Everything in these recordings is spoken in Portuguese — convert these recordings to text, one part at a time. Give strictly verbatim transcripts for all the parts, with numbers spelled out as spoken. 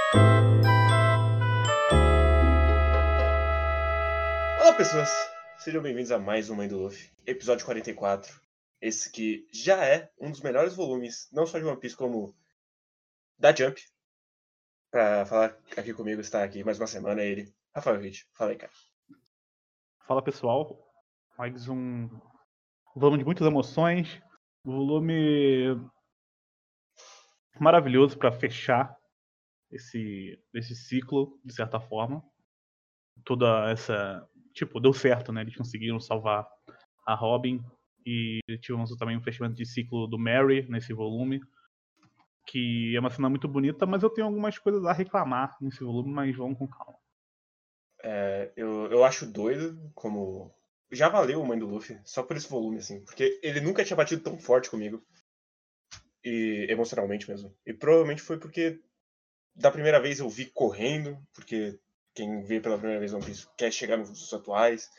Olá pessoas, sejam bem-vindos a mais um Mãe do Luffy, episódio quarenta e quatro. Esse que já é um dos melhores volumes, não só de One Piece, como da Jump. Pra falar aqui comigo, está aqui mais uma semana ele, Rafael Witt. Fala aí, cara. Fala pessoal, mais um volume de muitas emoções, um volume maravilhoso para fechar esse, esse ciclo, de certa forma. Toda essa, tipo, deu certo, né? Eles conseguiram salvar a Robin e tivemos também um fechamento de ciclo do Mary nesse volume, que é uma cena muito bonita, mas eu tenho algumas coisas a reclamar nesse volume, mas vamos com calma. É, eu, eu acho doido como... Já valeu o Mãe do Luffy, só por esse volume, assim, porque ele nunca tinha batido tão forte comigo. E emocionalmente mesmo. E provavelmente foi porque da primeira vez eu vi correndo, porque quem vê pela primeira vez One Piece quer chegar nos atuais.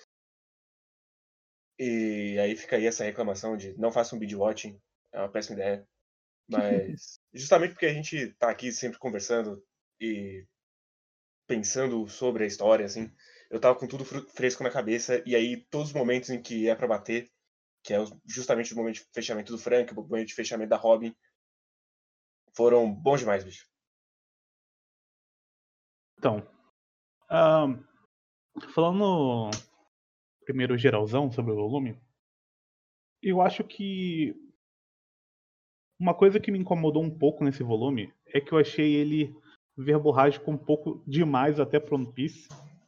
E aí fica aí essa reclamação de não faça um binge watching, é uma péssima ideia. Mas justamente porque a gente tá aqui sempre conversando e pensando sobre a história, assim, eu tava com tudo fresco na cabeça, e aí todos os momentos em que é pra bater, que é justamente o momento de fechamento do Frank, o momento de fechamento da Robin, foram bons demais, bicho. Então, uh, falando primeiro geralzão sobre o volume, eu acho que uma coisa que me incomodou um pouco nesse volume é que eu achei ele verborrágico um pouco demais até pro One Piece.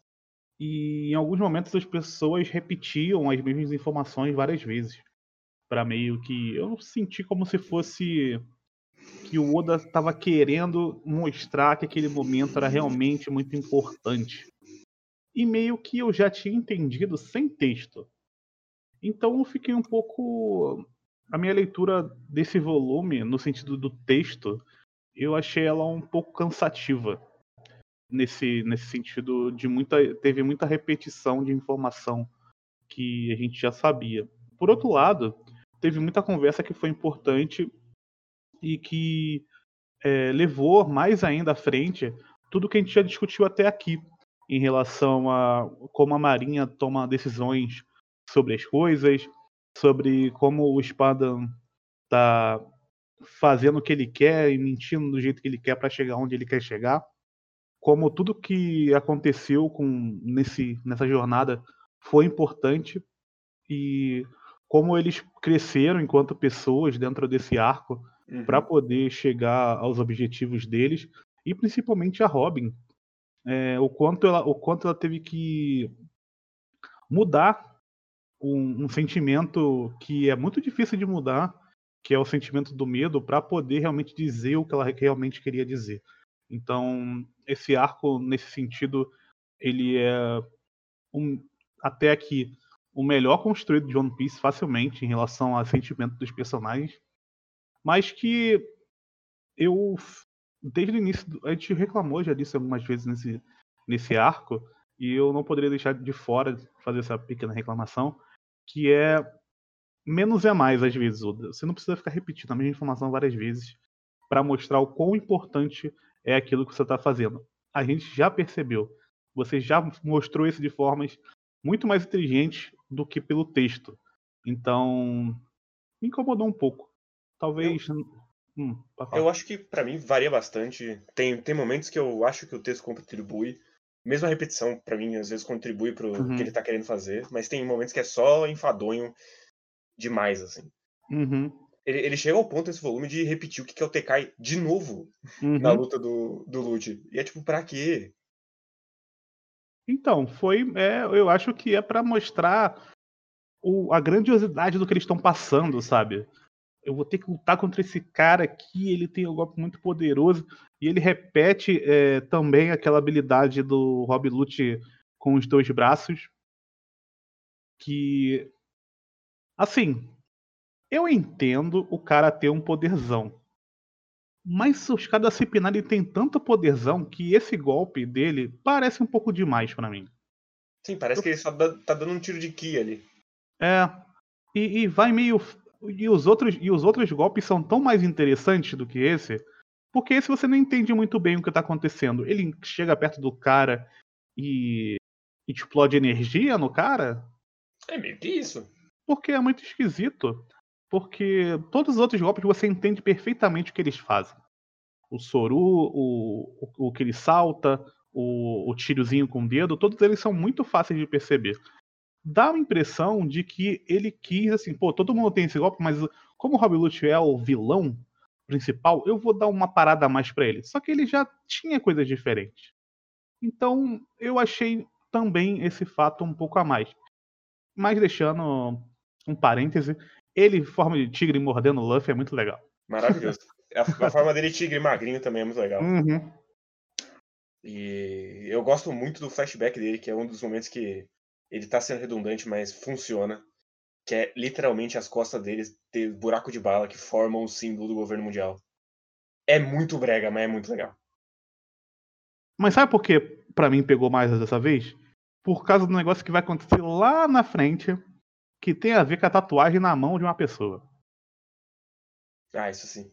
E em alguns momentos as pessoas repetiam as mesmas informações várias vezes. Para meio que... Eu senti como se fosse que o Oda estava querendo mostrar que aquele momento era realmente muito importante. E meio que eu já tinha entendido sem texto. Então eu fiquei um pouco... A minha leitura desse volume, no sentido do texto, eu achei ela um pouco cansativa. Nesse, nesse sentido de muita... Teve muita repetição de informação que a gente já sabia. Por outro lado, teve muita conversa que foi importante e que é, levou mais ainda à frente tudo que a gente já discutiu até aqui, em relação a como a Marinha toma decisões sobre as coisas, sobre como o Spadam tá fazendo o que ele quer e mentindo do jeito que ele quer para chegar onde ele quer chegar, como tudo que aconteceu com nesse nessa jornada foi importante e como eles cresceram enquanto pessoas dentro desse arco Uhum. para poder chegar aos objetivos deles, e principalmente a Robin, é, o quanto ela o quanto ela teve que mudar um, um sentimento que é muito difícil de mudar, que é o sentimento do medo, para poder realmente dizer o que ela realmente queria dizer. Então, esse arco, nesse sentido, ele é um, até aqui o melhor construído de One Piece facilmente em relação ao sentimento dos personagens, mas que eu, desde o início, a gente reclamou já disso algumas vezes nesse, nesse arco, e eu não poderia deixar de fora fazer essa pequena reclamação, que é menos é mais às vezes, Oda. Você não precisa ficar repetindo a mesma informação várias vezes para mostrar o quão importante é aquilo que você está fazendo. A gente já percebeu. Você já mostrou isso de formas muito mais inteligentes do que pelo texto. Então, me incomodou um pouco. Talvez... Eu, hum, eu acho que pra mim varia bastante. Tem, tem momentos que eu acho que o texto contribui. Mesmo a repetição, pra mim, às vezes contribui pro Uhum. que ele tá querendo fazer. Mas tem momentos que é só enfadonho demais, assim. Uhum. Ele, ele chega ao ponto, esse volume, de repetir o que é o Tekai de novo Uhum. na luta do, do Luffy. E é tipo, pra quê? Então, foi... É, eu acho que é pra mostrar o, a grandiosidade do que eles estão passando, sabe? Eu vou ter que lutar contra esse cara aqui, ele tem um golpe muito poderoso, e ele repete é, também aquela habilidade do Rob Lute com os dois braços, que, assim, eu entendo o cara ter um poderzão, mas os caras da Cipriani tem tanto poderzão que esse golpe dele parece um pouco demais pra mim. Sim, parece Eu, que ele só dá, tá dando um tiro de ki ali. é, e, e vai meio... E os, outros, e os outros golpes são tão mais interessantes do que esse, Porque se você não entende muito bem o que tá acontecendo, ele chega perto do cara e explode energia no cara, É meio que isso. porque é muito esquisito. Porque todos os outros golpes você entende perfeitamente o que eles fazem. O Soru, o, o, o que ele salta, o, o tirozinho com o dedo, todos eles são muito fáceis de perceber. Dá a impressão de que ele quis, assim, pô, todo mundo tem esse golpe, mas como o Rob Lute é o vilão principal, eu vou dar uma parada a mais pra ele. Só que ele já tinha coisas diferentes. Então, eu achei também esse fato um pouco a mais. Mas deixando um parêntese, ele em forma de tigre mordendo o Luffy é muito legal. Maravilhoso. A, a forma dele tigre magrinho também é muito legal. Uhum. E eu gosto muito do flashback dele, que é um dos momentos que ele tá sendo redundante, mas funciona. Que é literalmente as costas dele ter buraco de bala que formam o símbolo do governo mundial. É muito brega, mas é muito legal. Mas sabe por que pra mim pegou mais dessa vez? Por causa do negócio que vai acontecer lá na frente, que tem a ver com a tatuagem na mão de uma pessoa. Ah, isso sim.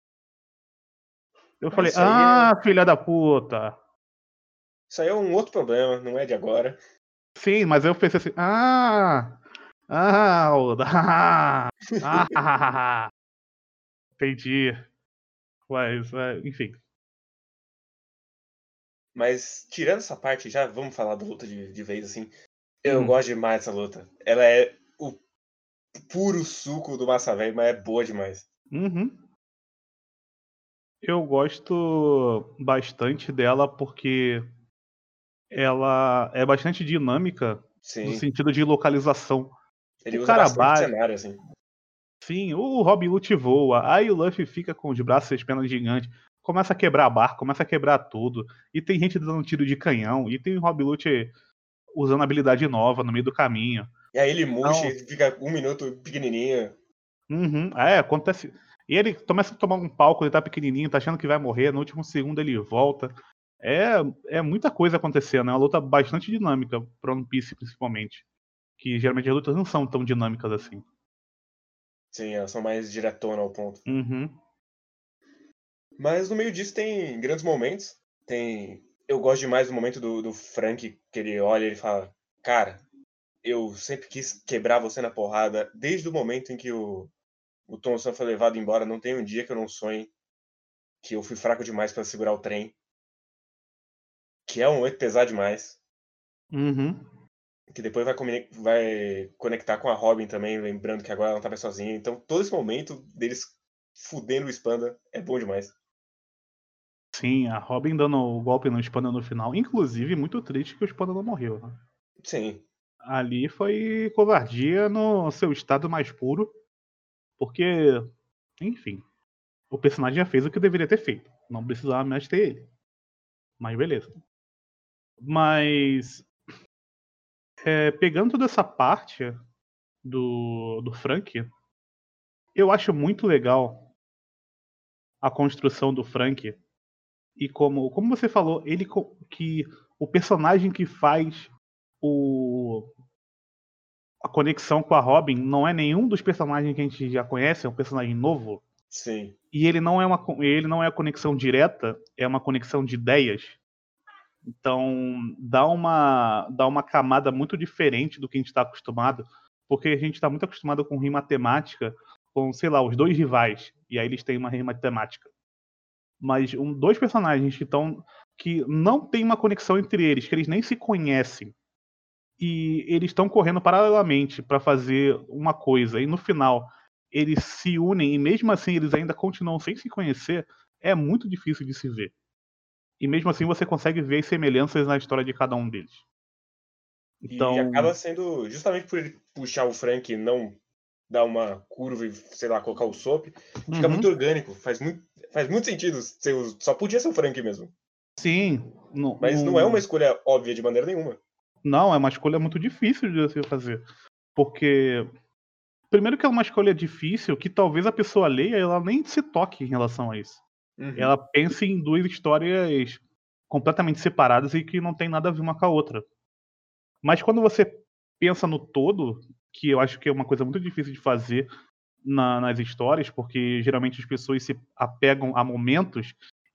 Eu Mas falei, isso aí ah, é, filha da puta. isso aí é um outro problema, não é de agora. Sim, mas eu pensei assim, ah, ah, Oda, ah, ah, ah, entendi. Mas, é, enfim. Mas tirando essa parte, já vamos falar da luta de, de vez assim. Eu Uhum. gosto demais dessa luta. Ela é o puro suco do massa velho, mas é boa demais. Uhum. Eu gosto bastante dela porque ela é bastante dinâmica no Sim. sentido de localização. Ele O usa cara bastante bate, cenário, assim. sim, o Robin Hood voa, aí o Luffy fica com os braços e as pernas gigantes, começa a quebrar barco, começa a quebrar tudo, e tem gente dando tiro de canhão, e tem o Robin Hood usando habilidade nova no meio do caminho. E aí ele murcha Então, e fica um minuto pequenininho. uhum, é, acontece. E ele começa a tomar um pau quando ele tá pequenininho, tá achando que vai morrer, no último segundo ele volta. É, é muita coisa acontecendo, é uma luta bastante dinâmica, pra One Piece principalmente. Que geralmente as lutas não são tão dinâmicas assim. Sim, elas são mais diretona ao ponto. Uhum. Mas no meio disso tem grandes momentos. Tem. Eu gosto demais do momento do, do Frank, que ele olha e ele fala: Cara, eu sempre quis quebrar você na porrada. Desde o momento em que o, o Tom Sam foi levado embora, não tem um dia que eu não sonhe que eu fui fraco demais pra segurar o trem. Que é um momento pesado demais. Uhum. Que depois vai, comuni- vai conectar com a Robin também, lembrando que agora ela não tá mais sozinha. Então todo esse momento deles fudendo o Spanda é bom demais. Sim, a Robin dando o golpe no Spanda no final. Inclusive, muito triste que o Spanda não morreu, né? Sim. Ali foi covardia no seu estado mais puro. Porque, enfim, o personagem já fez o que deveria ter feito. Não precisava mais ter ele. Mas beleza. Mas, é, pegando toda essa parte do, do Frank, eu acho muito legal a construção do Frank. E como, como você falou, ele co- que o personagem que faz o, a conexão com a Robin não é nenhum dos personagens que a gente já conhece, é um personagem novo. Sim. E ele não é uma co- ele não é a conexão direta, é uma conexão de ideias. Então dá uma dá uma camada muito diferente do que a gente está acostumado, porque a gente está muito acostumado com rima temática, com, sei lá, os dois rivais, e aí eles têm uma rima temática. Mas um, dois personagens que estão que não tem uma conexão entre eles, que eles nem se conhecem, e eles estão correndo paralelamente para fazer uma coisa, e no final eles se unem e mesmo assim eles ainda continuam sem se conhecer, é muito difícil de se ver. E mesmo assim você consegue ver as semelhanças na história de cada um deles. E Então, acaba sendo, justamente por ele puxar o Frank e não dar uma curva e, sei lá, colocar o Soap, fica muito uhum, orgânico. Faz muito, faz muito sentido. Ser o- só podia ser o Frank mesmo. sim, não, Mas não é uma não, escolha óbvia de maneira nenhuma. não, é uma escolha muito difícil de você fazer. Porque, primeiro que é uma escolha difícil que talvez a pessoa leia ela nem se toque em relação a isso. Ela Uhum. pensa em duas histórias completamente separadas e que não tem nada a ver uma com a outra. Mas quando você pensa no todo, que eu acho que é uma coisa muito difícil de fazer na- nas histórias, porque geralmente as pessoas se apegam a momentos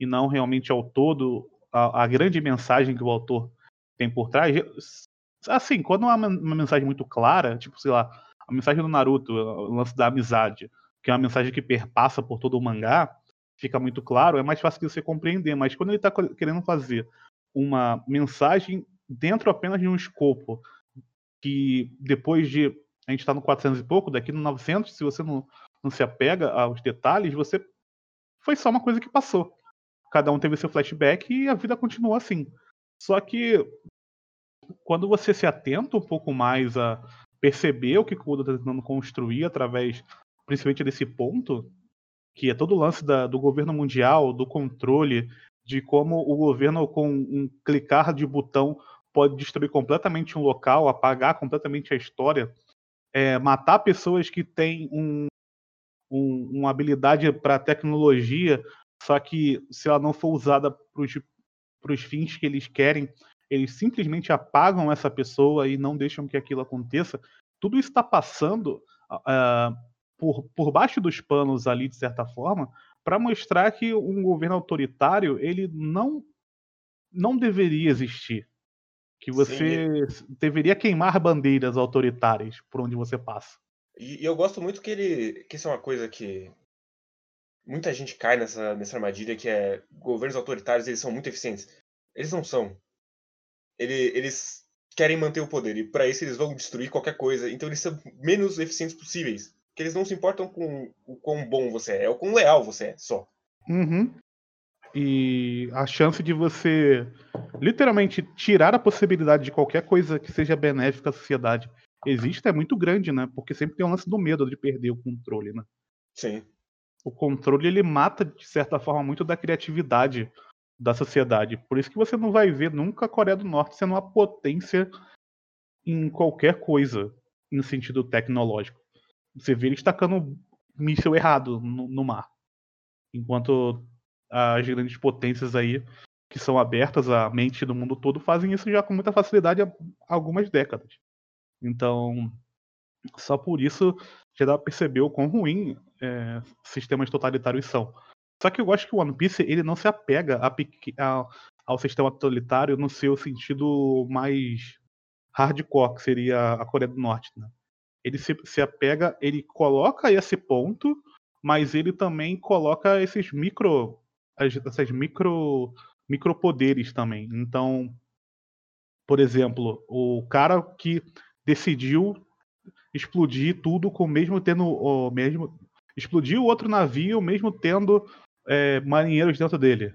e não realmente ao todo, a, a grande mensagem que o autor tem por trás. Assim, quando há uma, uma mensagem muito clara, tipo, sei lá, a mensagem do Naruto, o lance da amizade, que é uma mensagem que perpassa por todo o mangá, fica muito claro, é mais fácil de você compreender. Mas quando ele está querendo fazer uma mensagem dentro apenas de um escopo, que depois de a gente está no quatrocentos e pouco, daqui no novecentos, se você não, não se apega aos detalhes, você foi só uma coisa que passou. Cada um teve seu flashback e a vida continuou assim. Só que quando você se atenta um pouco mais a perceber o que o Oda está tentando construir através, principalmente desse ponto, que é todo o lance da, do governo mundial, do controle, de como o governo, com um clicar de botão, pode destruir completamente um local, apagar completamente a história, é, matar pessoas que têm um, um, uma habilidade para tecnologia, só que se ela não for usada para os fins que eles querem, eles simplesmente apagam essa pessoa e não deixam que aquilo aconteça. Tudo isso está passando uh, por, por baixo dos panos ali, de certa forma, para mostrar que um governo autoritário ele não, não deveria existir. Que você Sim, deveria queimar bandeiras autoritárias por onde você passa. e, e eu gosto muito que ele. Que isso é uma coisa que muita gente cai nessa, nessa armadilha, que é governos autoritários, eles são muito eficientes. Eles não são. Ele, eles querem manter o poder, e para isso eles vão destruir qualquer coisa. Então eles são menos eficientes possíveis. Porque eles não se importam com o quão bom você é, é o quão leal você é, só. Uhum. E a chance de você literalmente tirar a possibilidade de qualquer coisa que seja benéfica à sociedade existe é muito grande, né? Porque sempre tem o lance do medo de perder o controle, né? Sim. O controle ele mata, de certa forma, muito da criatividade da sociedade. Por isso que você não vai ver nunca a Coreia do Norte sendo uma potência em qualquer coisa, no sentido tecnológico. Você vê eles tacando míssil errado no, no mar. Enquanto as grandes potências aí, que são abertas à mente do mundo todo, fazem isso já com muita facilidade há algumas décadas. Então, só por isso já dá pra perceber o quão ruim é, sistemas totalitários são. Só que eu gosto que o One Piece ele não se apega a, a, ao sistema totalitário no seu sentido mais hardcore, que seria a Coreia do Norte. Né? Ele se, se apega, ele coloca esse ponto, mas ele também coloca esses micro, as, essas micro, micropoderes também. Então, por exemplo, o cara que decidiu explodir tudo com mesmo tendo o mesmo explodir o outro navio mesmo tendo é, marinheiros dentro dele.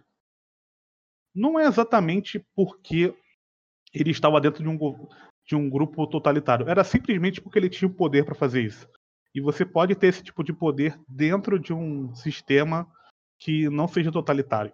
Não é exatamente porque ele estava dentro de um, de um grupo totalitário. Era simplesmente porque ele tinha o poder para fazer isso. E você pode ter esse tipo de poder dentro de um sistema que não seja totalitário.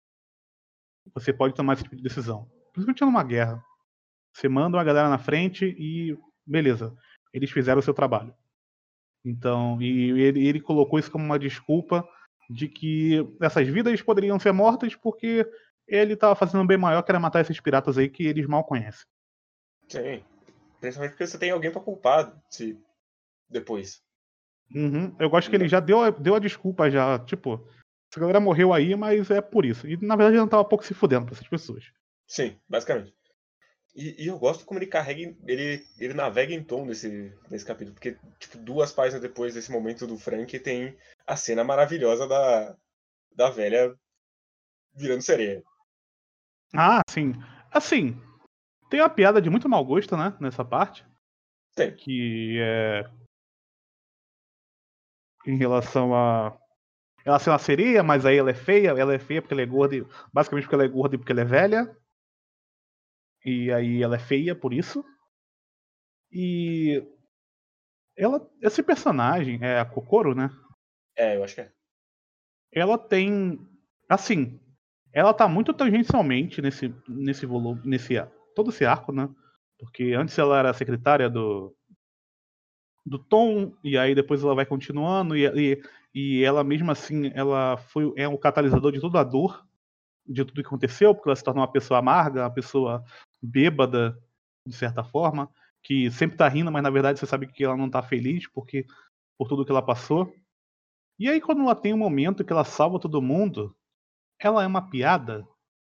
Você pode tomar esse tipo de decisão. Principalmente numa guerra. Você manda uma galera na frente e beleza, eles fizeram o seu trabalho. Então, e ele, ele colocou isso como uma desculpa de que essas vidas poderiam ser mortas porque ele estava fazendo um bem maior que era matar esses piratas aí que eles mal conhecem. Sim. Principalmente porque você tem alguém pra culpar se depois. Uhum. Eu gosto que ele Não. já deu, a- deu a desculpa já, tipo, essa galera morreu aí, mas é por isso. E na verdade ele não tava pouco se fudendo pra essas pessoas. Sim, basicamente. E, e eu gosto como ele carrega, em- ele, ele navega em tom nesse, nesse capítulo, porque, tipo, duas páginas depois desse momento do Frank tem a cena maravilhosa da, da velha virando sereia. Ah, sim. Assim, tem uma piada de muito mau gosto, né, nessa parte, Tem. que é em relação a ela ser uma sereia, mas aí ela é feia, ela é feia porque ela é gorda, e- basicamente porque ela é gorda e porque ela é velha, e aí ela é feia por isso. E ela, esse personagem, é a Kokoro, né? É, eu acho que é. Ela tem, assim, ela tá muito tangencialmente nesse nesse volume, nesse a- todo esse arco, né? Porque antes ela era secretária do do Tom e aí depois ela vai continuando e, e, e ela mesmo assim ela foi é o catalisador de toda a dor de tudo que aconteceu, porque ela se torna uma pessoa amarga, uma pessoa bêbada, de certa forma, que sempre tá rindo, mas na verdade você sabe que ela não tá feliz porque por tudo que ela passou. E aí quando ela tem um momento que ela salva todo mundo, ela é uma piada?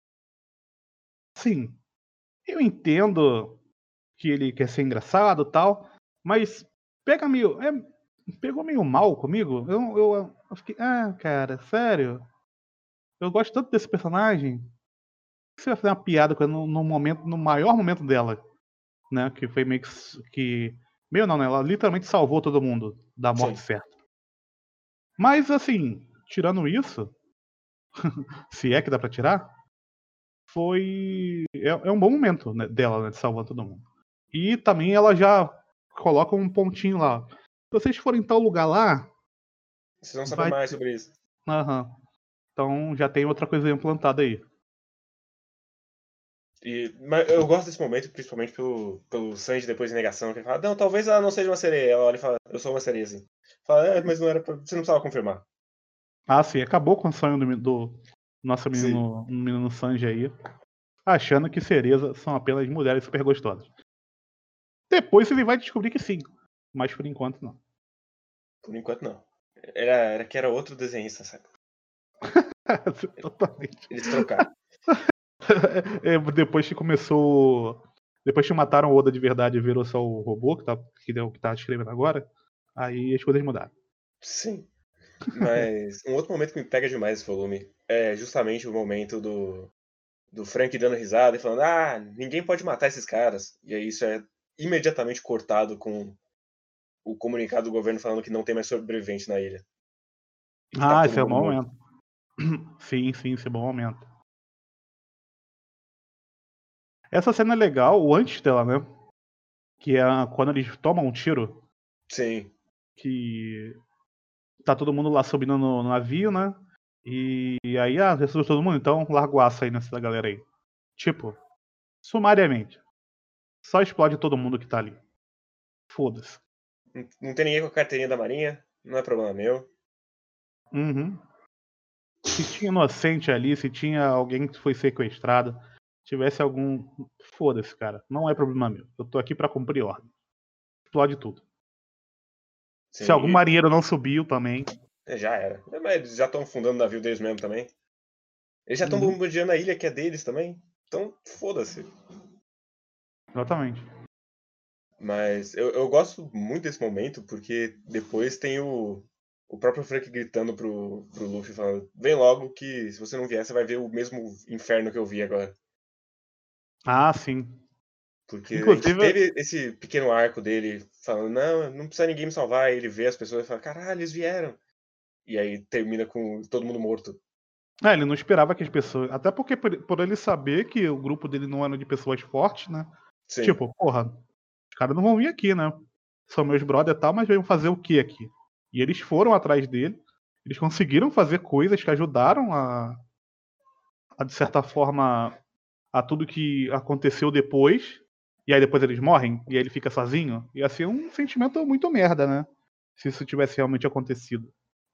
Sim, eu entendo que ele quer ser engraçado e tal, mas pega meio, é, pegou meio mal comigo. Eu, eu, eu fiquei, ah, cara, sério? Eu gosto tanto desse personagem. Por que você vai fazer uma piada com ela no, no momento, no maior momento dela, né? Que foi meio que, s- que meio não, né? Ela literalmente salvou todo mundo da morte Sim. certa. Mas assim, tirando isso, se é que dá pra tirar, foi é, é um bom momento, né, dela, né, de salvar todo mundo. E também ela já coloca um pontinho lá. Se vocês forem em tal lugar lá, Vocês vão saber vai. mais sobre isso. Aham. Então já tem outra coisa implantada aí. E, mas eu gosto desse momento, principalmente pelo, pelo Sanji depois de negação, que ele fala, não, talvez ela não seja uma sereia. Ela olha e fala, eu sou uma sereia, assim. Fala, é, mas não era pra... Você não precisava confirmar. Ah, sim, acabou com o sonho do, do nosso Sim, menino, menino Sanji aí, achando que cerezas são apenas mulheres super gostosas. Depois ele vai descobrir que sim, mas por enquanto não. por enquanto não. Era, era que era outro desenhista, sabe? Totalmente. Eles trocaram. É, depois que começou. Depois que mataram o Oda de verdade e virou só o robô que tá, que deu, que tá escrevendo agora, aí as coisas mudaram. Sim. Mas um outro momento que me pega demais esse volume é justamente o momento do, do Frank dando risada e falando, ah, ninguém pode matar esses caras. E aí isso é imediatamente cortado com o comunicado do governo falando que não tem mais sobrevivente na ilha. E que tá Ah, todo esse é um mundo bom morto. momento. Sim, sim, esse é um bom momento. Essa cena é legal, o antes dela, né? Que é quando eles tomam um tiro, Sim, que tá todo mundo lá subindo no, no navio, né? E, e aí, ah, ressuscitou todo mundo, então larga o aço aí nessa galera aí. Tipo, sumariamente. Só explode todo mundo que tá ali. Foda-se. não, não tem ninguém com a carteirinha da marinha, não é problema meu. Uhum. Se tinha inocente ali, se tinha alguém que foi sequestrado, tivesse algum. Foda-se, cara. Não é problema meu. Eu tô aqui pra cumprir ordem. Explode tudo. Sim, Se algum e marinheiro não subiu também. é, já era. É, mas eles já estão afundando o navio deles mesmo também. Eles já estão Uhum. bombardeando a ilha que é deles também. Então, foda-se. Exatamente. Mas eu, eu gosto muito desse momento, porque depois tem o, o próprio Frank gritando pro, pro Luffy, falando: vem logo que se você não vier, você vai ver o mesmo inferno que eu vi agora. Ah, sim. Porque a gente Inclusive, teve esse pequeno arco dele falando: não, não precisa ninguém me salvar. Aí ele vê as pessoas e fala: caralho, eles vieram. E aí termina com todo mundo morto. é, ele não esperava que as pessoas. Até porque por, por ele saber que o grupo dele não era de pessoas fortes, né? Sim, Tipo, porra, os caras não vão vir aqui, né? São meus brother e tal, mas veio fazer o que aqui? E eles foram atrás dele. Eles conseguiram fazer coisas que ajudaram a, a de certa forma, a tudo que aconteceu depois. E aí depois eles morrem, e aí ele fica sozinho. Ia ser um sentimento muito merda, né? Se isso tivesse realmente acontecido.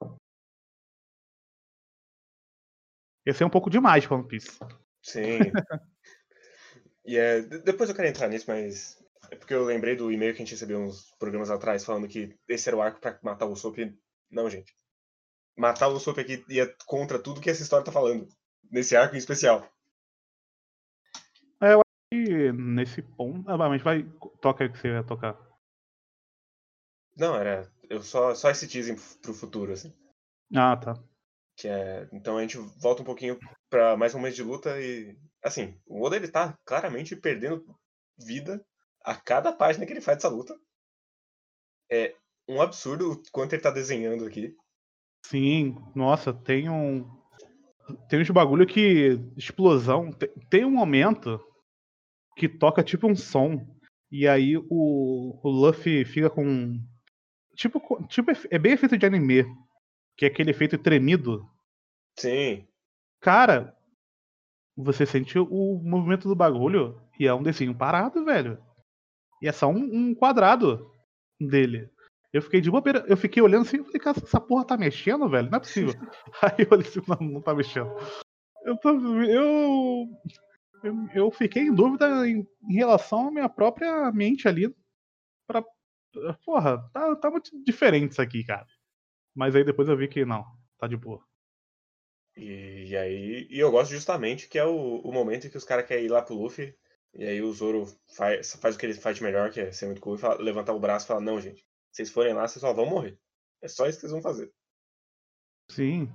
Ia ser um pouco demais pra One Piece. sim. E é, de- depois eu quero entrar nisso, mas é porque eu lembrei do e-mail que a gente recebeu uns programas atrás falando que esse era o arco pra matar o Usopp. Não, gente. Matar o Usopp aqui ia contra tudo que essa história tá falando. Nesse arco em especial. É, eu acho que nesse ponto. Ah, mas vai. Toca aí o que você vai tocar. Não, era eu só, só esse teasing pro futuro, assim. Ah, tá. Que é, então a gente volta um pouquinho pra mais momentos de luta e, assim, o Oda ele tá claramente perdendo vida a cada página que ele faz dessa luta. É um absurdo o quanto ele tá desenhando aqui. Sim, nossa, tem um. Tem uns bagulho que. Explosão. Tem, tem um momento que toca tipo um som. E aí o, o Luffy fica com. Tipo, co- tipo, é bem efeito de anime. Que é aquele efeito tremido. Sim, Cara, você sente o movimento do bagulho e é um desenho parado, velho. E é só um, um quadrado dele. Eu fiquei de bobeira, eu fiquei olhando assim, eu falei, cara, essa porra tá mexendo, velho? Não é possível. Aí eu olhei assim, não, não tá mexendo. Eu, tô, eu, eu, eu fiquei em dúvida em, em relação à minha própria mente ali. Pra, porra, tá, tá muito diferente isso aqui, cara. Mas aí depois eu vi que não, tá de boa. E, e aí. E eu gosto justamente que é o, o momento em que os caras querem ir lá pro Luffy. E aí o Zoro faz, faz o que ele faz de melhor, que é ser muito cool, e fala, levantar o braço e falar, não, gente, vocês forem lá, vocês só vão morrer. É só isso que vocês vão fazer. Sim.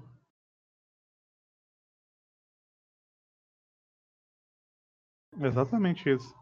Exatamente isso.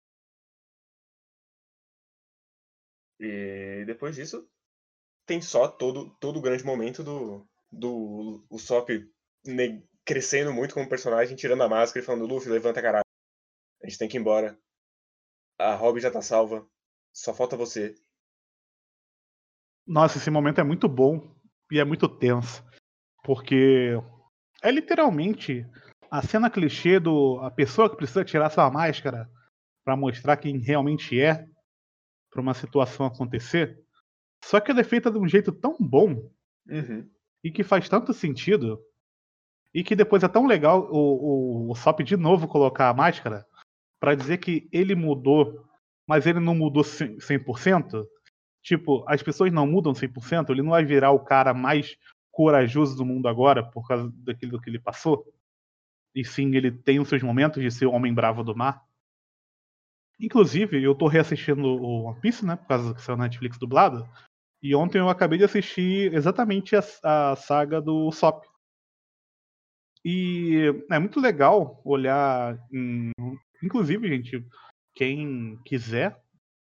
E depois disso, tem só todo, todo o grande momento do, do o Sop ne- crescendo muito como personagem, tirando a máscara e falando, Luffy, levanta caralho. A gente tem que ir embora. A Robin já tá salva. Só falta você. Nossa, esse momento é muito bom e é muito tenso. Porque é literalmente a cena clichê do a pessoa que precisa tirar sua máscara pra mostrar quem realmente é pra uma situação acontecer. Só que ela é feita de um jeito tão bom Uhum. e que faz tanto sentido. E que depois é tão legal o, o, o Sop de novo colocar a máscara pra dizer que ele mudou, mas ele não mudou cem por cento. Tipo, as pessoas não mudam cem por cento, ele não vai virar o cara mais corajoso do mundo agora por causa daquilo que ele passou. E sim, ele tem os seus momentos de ser o homem bravo do mar. Inclusive, eu tô reassistindo o One Piece, né? Por causa que saiu na Netflix dublado. E ontem eu acabei de assistir exatamente a, a saga do Sop. E é muito legal olhar. Em... Inclusive, gente, quem quiser.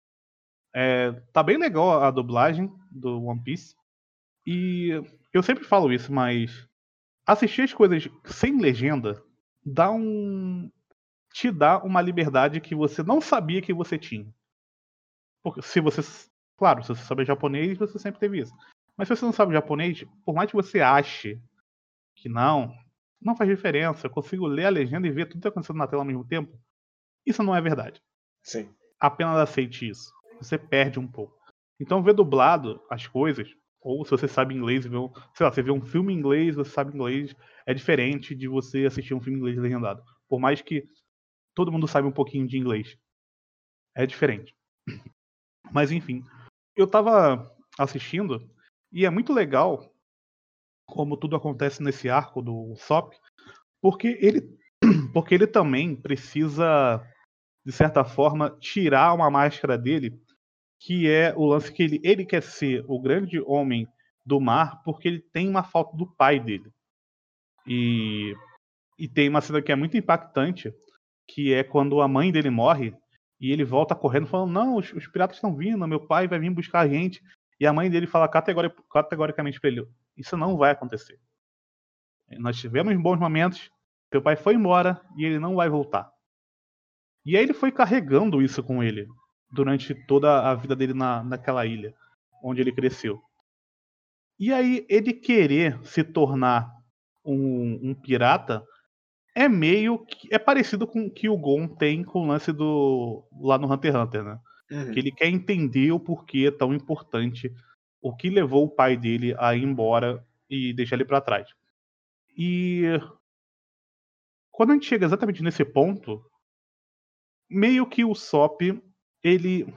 É, tá bem legal a dublagem do One Piece. E eu sempre falo isso, mas assistir as coisas sem legenda dá um. Te dá uma liberdade que você não sabia que você tinha. Porque se você. Claro, se você sabe japonês, você sempre teve isso. Mas se você não sabe japonês, por mais que você ache que não, não faz diferença. Eu consigo ler a legenda e ver tudo que está acontecendo na tela ao mesmo tempo. Isso não é verdade. Sim. Apenas aceite isso. Você perde um pouco. Então, ver dublado as coisas, ou se você sabe inglês, ver um, sei lá, você vê um filme em inglês, você sabe inglês, é diferente de você assistir um filme em inglês legendado. Por mais que todo mundo saiba um pouquinho de inglês. É diferente. Mas enfim, eu tava assistindo e é muito legal como tudo acontece nesse arco do Sop, porque ele, porque ele também precisa, de certa forma, tirar uma máscara dele, que é o lance que ele, ele quer ser o grande homem do mar, porque ele tem uma falta do pai dele. E, e tem uma cena que é muito impactante, que é quando a mãe dele morre e ele volta correndo falando, não, os, os piratas estão vindo, meu pai vai vir buscar a gente. E a mãe dele fala categori- categoricamente para ele, isso não vai acontecer. Nós tivemos bons momentos, teu pai foi embora e ele não vai voltar. E aí ele foi carregando isso com ele durante toda a vida dele na, naquela ilha onde ele cresceu. E aí ele querer se tornar um, um pirata é meio que, é parecido com o que o Gon tem com o lance do lá no Hunter x Hunter, né? Uhum. Que ele quer entender o porquê é tão importante, o que levou o pai dele a ir embora e deixar ele para trás. E quando a gente chega exatamente nesse ponto, meio que o Sop, ele.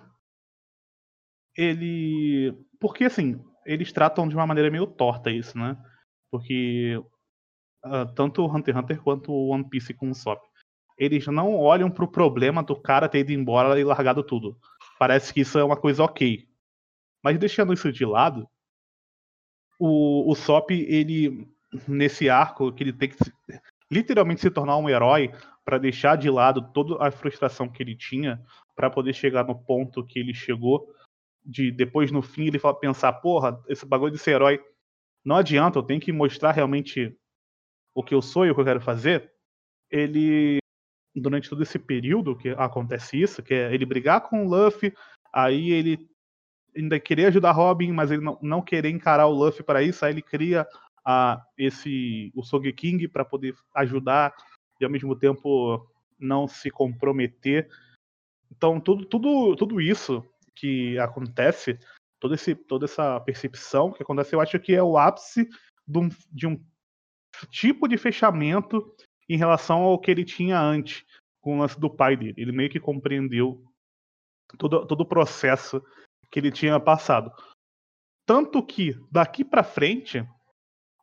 Ele. Porque assim, eles tratam de uma maneira meio torta isso, né? Porque uh, tanto o Hunter x Hunter quanto o One Piece com o Sop, eles não olham pro problema do cara ter ido embora e largado tudo. Parece que isso é uma coisa ok. Mas deixando isso de lado, o, o Sop, ele. Nesse arco, que ele tem que literalmente se tornar um herói para deixar de lado toda a frustração que ele tinha para poder chegar no ponto que ele chegou, de depois no fim ele fala, pensar, porra, esse bagulho de ser herói não adianta, eu tenho que mostrar realmente o que eu sou e o que eu quero fazer. Ele, durante todo esse período que acontece isso, que é ele brigar com o Luffy, aí ele ainda querer ajudar Robin, mas ele não, não querer encarar o Luffy para isso, aí ele cria a, esse, o Sogeking para poder ajudar e ao mesmo tempo não se comprometer. Então tudo, tudo, tudo isso que acontece, todo esse, toda essa percepção que acontece, eu acho que é o ápice de um, de um tipo de fechamento em relação ao que ele tinha antes com o lance do pai dele. Ele meio que compreendeu todo, todo o processo que ele tinha passado. Tanto que, daqui pra frente,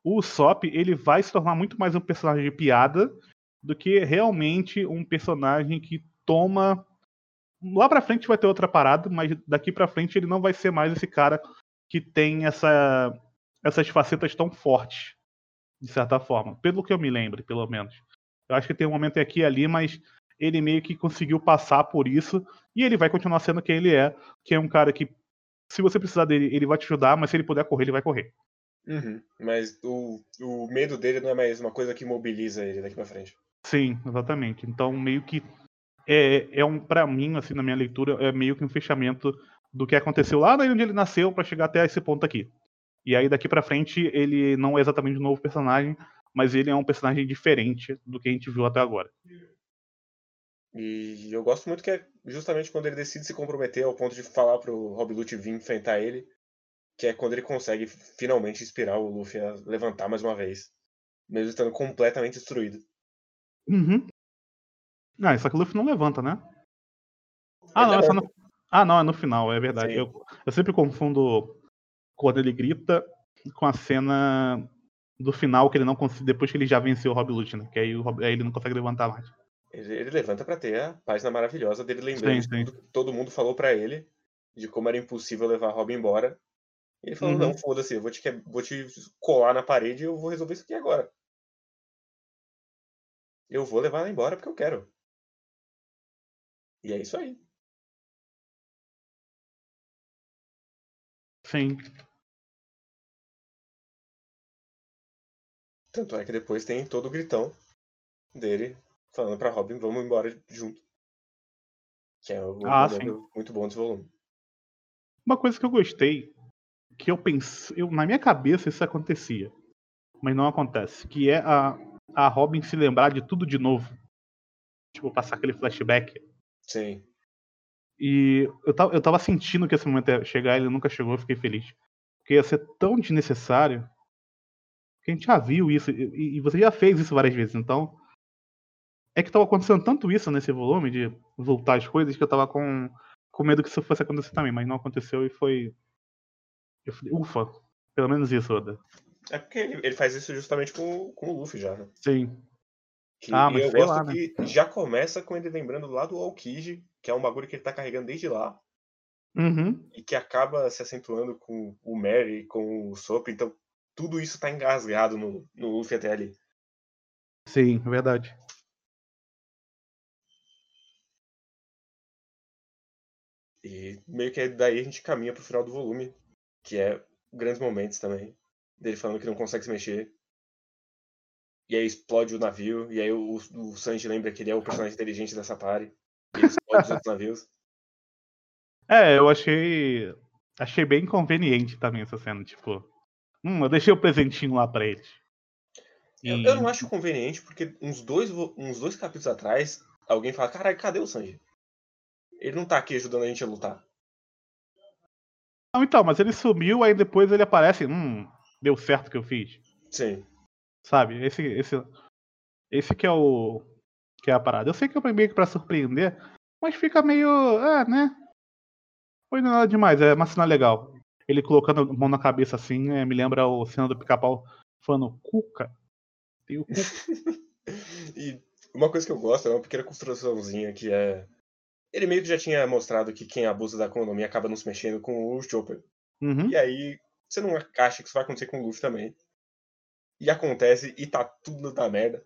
o Usopp, ele vai se tornar muito mais um personagem de piada do que realmente um personagem que toma... Lá pra frente vai ter outra parada, mas daqui pra frente ele não vai ser mais esse cara que tem essa, essas facetas tão fortes, de certa forma. Pelo que eu me lembro, pelo menos. Eu acho que tem um momento aqui e ali, mas ele meio que conseguiu passar por isso e ele vai continuar sendo quem ele é, que é um cara que, se você precisar dele, ele vai te ajudar, mas se ele puder correr, ele vai correr. Uhum. Mas o, o medo dele não é mais uma coisa que mobiliza ele daqui pra frente. Sim, exatamente. Então, meio que é, é um, pra mim, assim, na minha leitura, é meio que um fechamento do que aconteceu lá onde ele nasceu pra chegar até esse ponto aqui. E aí, daqui pra frente, ele não é exatamente um novo personagem, mas ele é um personagem diferente do que a gente viu até agora. E eu gosto muito que é justamente quando ele decide se comprometer ao ponto de falar pro Rob Lute vir enfrentar ele, que é quando ele consegue finalmente inspirar o Luffy a levantar mais uma vez, mesmo estando completamente destruído. Uhum. Ah, só que o Luffy não levanta, né? Ah, Ele não, é só levanta, no... Ah, não, é no final, é verdade. sim. Eu, eu sempre confundo quando ele grita com a cena do final, que ele não consegue, depois que ele já venceu o Rob Lute, né? Que aí, o Rob- aí ele não consegue levantar mais. Ele, ele levanta pra ter a página maravilhosa dele lembrando Sim, de sim. tudo que todo mundo falou pra ele, de como era impossível levar Robin embora. E ele falou, Uhum. não, foda-se, eu vou te, que- vou te colar na parede e eu vou resolver isso aqui agora. Eu vou levar ela embora porque eu quero. E é isso aí. Sim. Tanto é que depois tem todo o gritão dele falando pra Robin, vamos embora junto. Que é um Ah, sim. momento muito bom desse volume. Uma coisa que eu gostei, que eu pensei, eu, na minha cabeça isso acontecia, mas não acontece, que é a, a Robin se lembrar de tudo de novo. Tipo, passar aquele flashback. Sim. E eu tava, eu tava sentindo que esse momento ia chegar, ele nunca chegou, eu fiquei feliz. Porque ia ser tão desnecessário, que a gente já viu isso, e, e você já fez isso várias vezes, então... É que tava acontecendo tanto isso nesse volume, de voltar as coisas, que eu tava com, com medo que isso fosse acontecer também, mas não aconteceu e foi... Eu falei, ufa, pelo menos isso, Oda. É porque ele, ele faz isso justamente com, com o Luffy já, né? Sim. Que, Ah, e mas eu sei gosto lá, né? que já começa com ele lembrando lá do Aokiji, que é um bagulho que ele tá carregando desde lá, Uhum. e que acaba se acentuando com o Mary, com o Sop, então tudo isso tá engasgado no, no Luffy até ali. Sim, é verdade. E meio que daí a gente caminha pro final do volume, que é grandes momentos também, dele falando que não consegue se mexer. E aí explode o navio, e aí o, o Sanji lembra que ele é o personagem inteligente dessa party, e ele explode os outros navios. É, eu achei. Achei bem conveniente também essa cena, tipo. Hum, eu deixei o presentinho lá pra eles. Eu, eu E. não acho conveniente, porque uns dois, vo- uns dois capítulos atrás, alguém fala, caralho, cadê o Sanji? Ele não tá aqui ajudando a gente a lutar. Não, então, mas ele sumiu, aí depois ele aparece. Hum, deu certo o que eu fiz. Sim. Sabe? Esse, esse, esse que é o. Que é a parada. Eu sei que é meio que pra surpreender, mas fica meio. Ah, né? Foi nada demais, é uma cena legal. Ele colocando a mão na cabeça assim, é, me lembra o cena do pica-pau falando, Cuca, tem o Cuca. E uma coisa que eu gosto é uma pequena construçãozinha que é. Ele meio que já tinha mostrado que quem abusa da economia acaba não se mexendo com o Chopper. E Uhum. aí, você não acha que isso vai acontecer com o Luffy também. E acontece, e tá tudo na merda.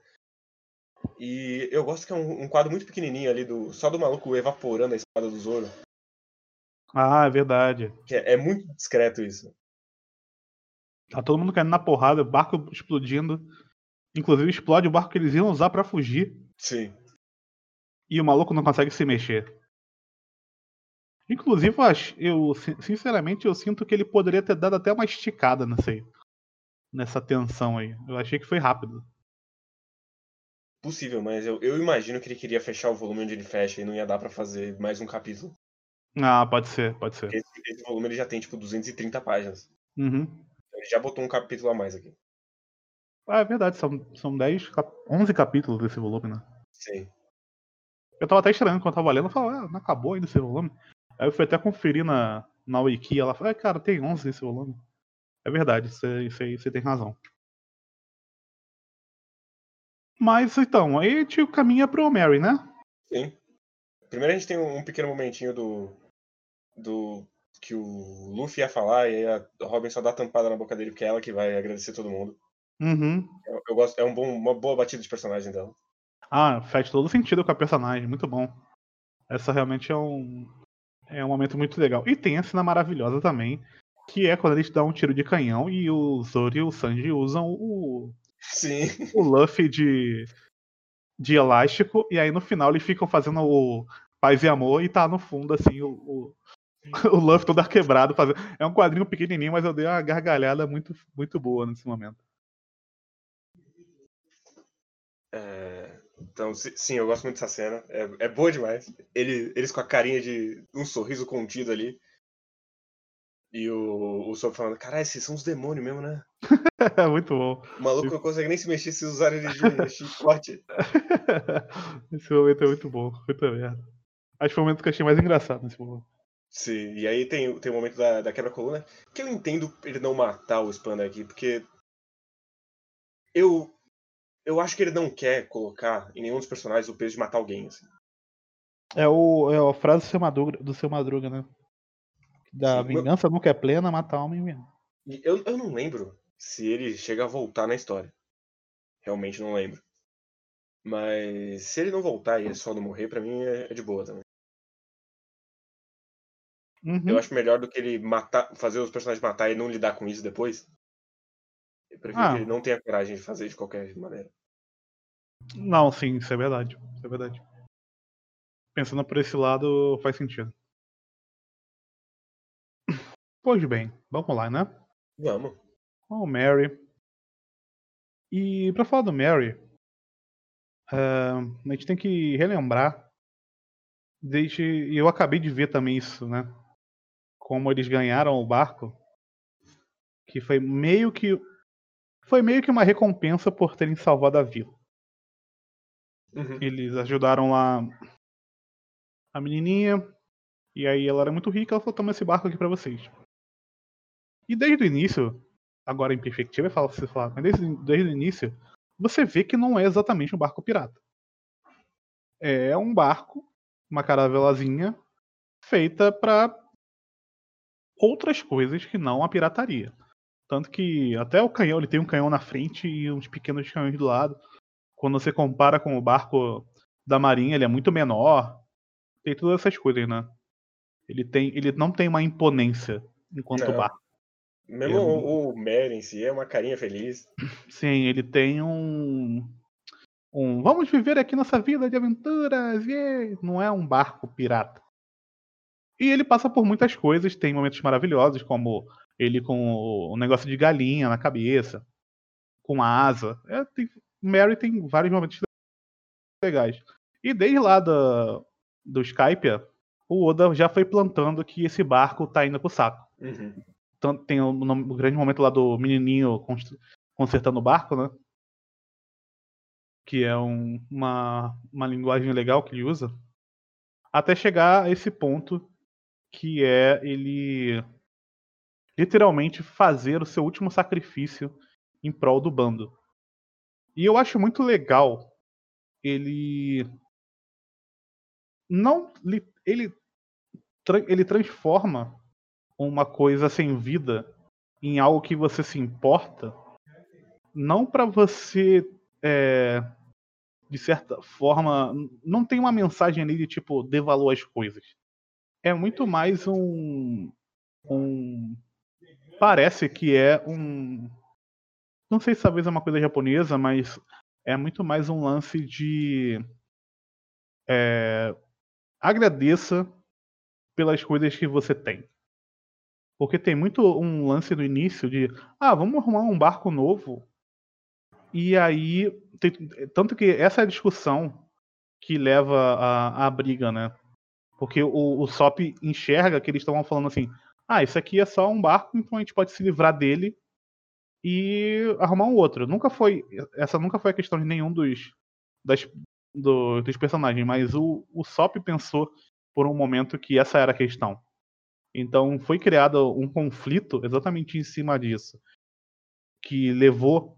E eu gosto que é um, um quadro muito pequenininho ali, do só do maluco evaporando a espada do Zoro. Ah, é verdade. Que é, é muito discreto isso. Tá todo mundo caindo na porrada, o barco explodindo. Inclusive explode o barco que eles iam usar pra fugir. Sim. E o maluco não consegue se mexer. Inclusive, eu, ach- eu sin- sinceramente, eu sinto que ele poderia ter dado até uma esticada nessa, aí, nessa tensão aí. Eu achei que foi rápido. Possível, mas eu, eu imagino que ele queria fechar o volume onde ele fecha e não ia dar pra fazer mais um capítulo. Ah, pode ser, pode ser. Porque esse, esse volume ele já tem tipo duzentas e trinta páginas. Uhum. Então ele já botou um capítulo a mais aqui. Ah, é verdade, são, são dez, cap- onze capítulos desse volume, né? Sim. Eu tava até estranhando quando eu tava lendo, eu falava, ah, não acabou ainda esse volume. Aí eu fui até conferir na, na Wiki, ela falou, ah, cara, tem onze nesse volume. É verdade, você, você, você tem razão. Mas então, aí a gente caminha pro Mary, né? Sim. Primeiro a gente tem um, um pequeno momentinho do. do. que o Luffy ia falar, e aí a Robin só dá tampada na boca dele, porque é ela que vai agradecer todo mundo. Uhum. Eu, eu gosto, é um bom, uma boa batida de personagem dela. Ah, faz todo sentido com a personagem, muito bom. Essa realmente é um, é um momento muito legal. E tem a cena maravilhosa também, que é quando eles dão um tiro de canhão e o Zoro e o Sanji usam o, Sim. o Luffy de, de elástico, e aí no final eles ficam fazendo o paz e amor e tá no fundo assim o, o, o Luffy todo quebrado. Fazendo... É um quadrinho pequenininho, mas eu dei uma gargalhada muito, muito boa nesse momento. É, então, si- sim, eu gosto muito dessa cena. É, é boa demais. Ele, eles com a carinha de um sorriso contido ali. E o, o Sop falando, caralho, esses são os demônios mesmo, né? É muito bom. O maluco não consegue nem se mexer se usar ele de chicote. Esse momento é muito bom, puta merda. Acho que foi o momento que eu achei mais engraçado nesse momento. Sim, e aí tem, tem o momento da, da quebra-coluna, que eu entendo ele não matar o Spanda aqui, porque eu, eu acho que ele não quer colocar em nenhum dos personagens o peso de matar alguém, assim. É, o, é a frase do seu Madruga, do seu Madruga, né? Da Sim, meu- vingança nunca é plena, mata a alma em vento. e eu, eu não lembro se ele chega a voltar na história. Realmente não lembro. Mas se ele não voltar e ele só não morrer, pra mim é, é de boa também. Eu Uhum. acho melhor do que ele matar, fazer os personagens matar e não lidar com isso depois. Eu prefiro que ele Ah, não tenha coragem de fazer de qualquer maneira. não, sim, isso é verdade. Isso é verdade. Pensando por esse lado, faz sentido. Pois bem, vamos lá, né? Vamos. O Mary. E pra falar do Mary, é, a gente tem que relembrar. Desde. E eu acabei de ver também isso, né? Como eles ganharam o barco. Que foi meio que. Foi meio que uma recompensa por terem salvado a vila. Uhum. Eles ajudaram lá a menininha. E aí ela era muito rica, ela falou, toma esse barco aqui pra vocês. E desde o início, agora em perspectiva, fala você falar, mas desde, desde o início, você vê que não é exatamente um barco pirata. É um barco, uma caravelazinha, feita para outras coisas que não a pirataria. Tanto que até o canhão, ele tem um canhão na frente e uns pequenos canhões do lado. Quando você compara com o barco da marinha, ele é muito menor. Tem todas essas coisas, né? Ele, tem, ele não tem uma imponência enquanto Não. barco. Mesmo É, o, o Mary em si é uma carinha feliz. sim, ele tem um, um. Vamos viver aqui nossa vida de aventuras, yeah! Não é um barco pirata. E ele passa por muitas coisas, tem momentos maravilhosos, como ele com o negócio de galinha na cabeça, com a asa. É, tem, Mary tem vários momentos legais. E desde lá do, do Skype, o Oda já foi plantando que esse barco tá indo pro saco. Uhum. Tanto, tem o, o grande momento lá do menininho const- consertando o barco, né? Que é um- uma, uma linguagem legal que ele usa. Até chegar a esse ponto que é ele literalmente fazer o seu último sacrifício em prol do bando. E eu acho muito legal ele não ele ele transforma uma coisa sem vida em algo que você se importa, não para você é, de certa forma não tem uma mensagem ali de tipo dê valor às coisas. É muito mais um um parece que é um. Não sei se talvez é uma coisa japonesa, mas é muito mais um lance de. É, agradeça pelas coisas que você tem. Porque tem muito um lance no início de. Ah, vamos arrumar um barco novo. E aí. Tem, tanto que essa é a discussão que leva à, à briga, né? Porque o, o Sop enxerga que eles estavam falando assim: ah, isso aqui é só um barco, então a gente pode se livrar dele e arrumar um outro. Nunca foi. Essa nunca foi a questão de nenhum dos, das, do- dos personagens, mas o, o Sop pensou por um momento que essa era a questão. Então foi criado um conflito exatamente em cima disso, que levou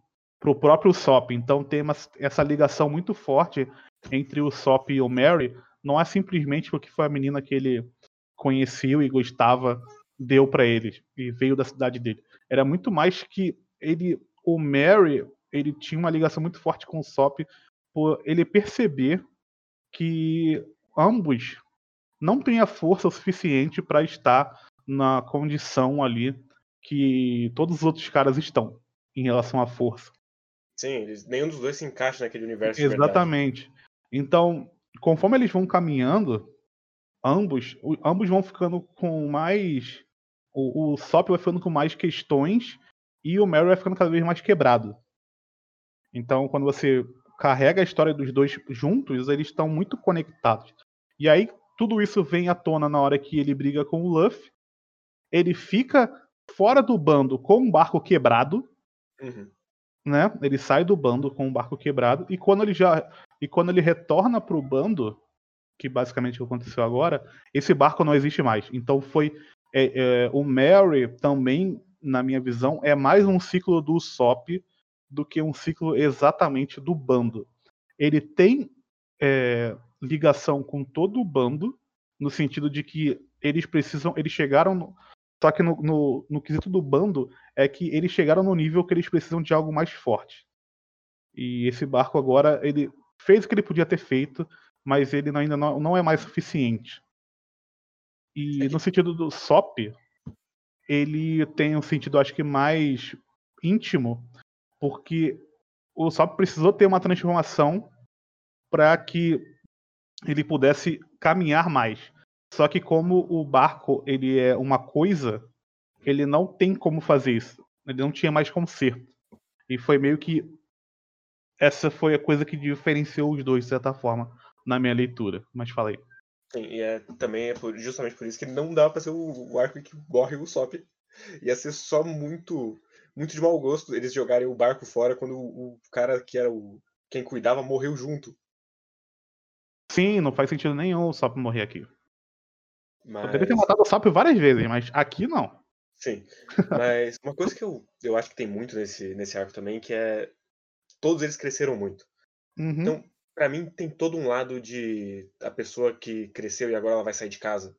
pro próprio Sop. Então tem uma, essa ligação muito forte entre o Sop e o Merry. Não é simplesmente porque foi a menina que ele conheceu e gostava, deu pra ele e veio da cidade dele. Era muito mais que ele, o Merry, ele tinha uma ligação muito forte com o Sop por ele perceber que ambos não têm a força o suficiente para estar na condição ali que todos os outros caras estão em relação à força. Sim, eles, nenhum dos dois se encaixa naquele universo de verdade. Exatamente. Então, conforme eles vão caminhando, ambos, o- ambos vão ficando com mais. O, o Sop vai ficando com mais questões e o Merry vai ficando cada vez mais quebrado. Então, quando você carrega a história dos dois juntos, eles estão muito conectados. E aí, tudo isso vem à tona na hora que ele briga com o Luffy. Ele fica fora do bando com um barco quebrado, Uhum. né? Ele sai do bando com um barco quebrado e quando ele já e quando ele retorna pro bando, que basicamente é o que aconteceu agora, esse barco não existe mais. Então foi é, é, o Merry também, na minha visão, é mais um ciclo do Sop do que um ciclo exatamente do bando. Ele tem é, ligação com todo o bando, no sentido de que eles precisam, eles chegaram, no, só que no, no, no quesito do bando é que eles chegaram no nível que eles precisam de algo mais forte. E esse barco agora, ele fez o que ele podia ter feito, mas ele não- ainda não, não é mais suficiente. É E no que, sentido do Sop, ele tem um sentido, acho que mais íntimo, porque o Sop precisou ter uma transformação para que ele pudesse caminhar mais. Só que como o barco ele é uma coisa, ele não tem como fazer isso. Ele não tinha mais como ser. E foi meio que essa foi a coisa que diferenciou os dois, de certa forma, na minha leitura. Mas falei. sim, e é, também é por- justamente por isso que não dá pra ser o, o arco em que morre o Sop. Ia ser só muito, muito de mau gosto eles jogarem o barco fora quando o, o cara que era o quem cuidava morreu junto. Sim, não faz sentido nenhum o Sop morrer aqui. Poderia ter Mas, matado o Sop várias vezes, mas aqui não. sim. Mas uma coisa que eu, eu acho que tem muito nesse, nesse arco também, que é todos eles cresceram muito. Uhum, Então, pra mim, tem todo um lado de a pessoa que cresceu e agora ela vai sair de casa.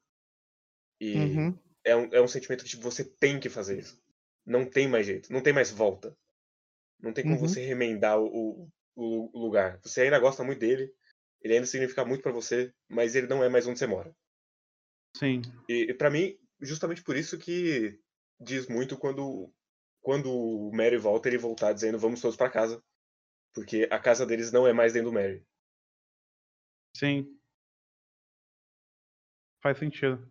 E uhum, é um, é um sentimento que tipo, você tem que fazer isso. Não tem mais jeito, não tem mais volta. Não tem como uhum. você remendar o, o, o lugar. Você ainda gosta muito dele, ele ainda significa muito pra você, mas ele não é mais onde você mora. Sim, E, e para mim, justamente por isso que diz muito quando, quando o Mary volta, ele voltar dizendo vamos todos pra casa. Porque a casa deles não é mais dentro do Mary. sim. Faz sentido.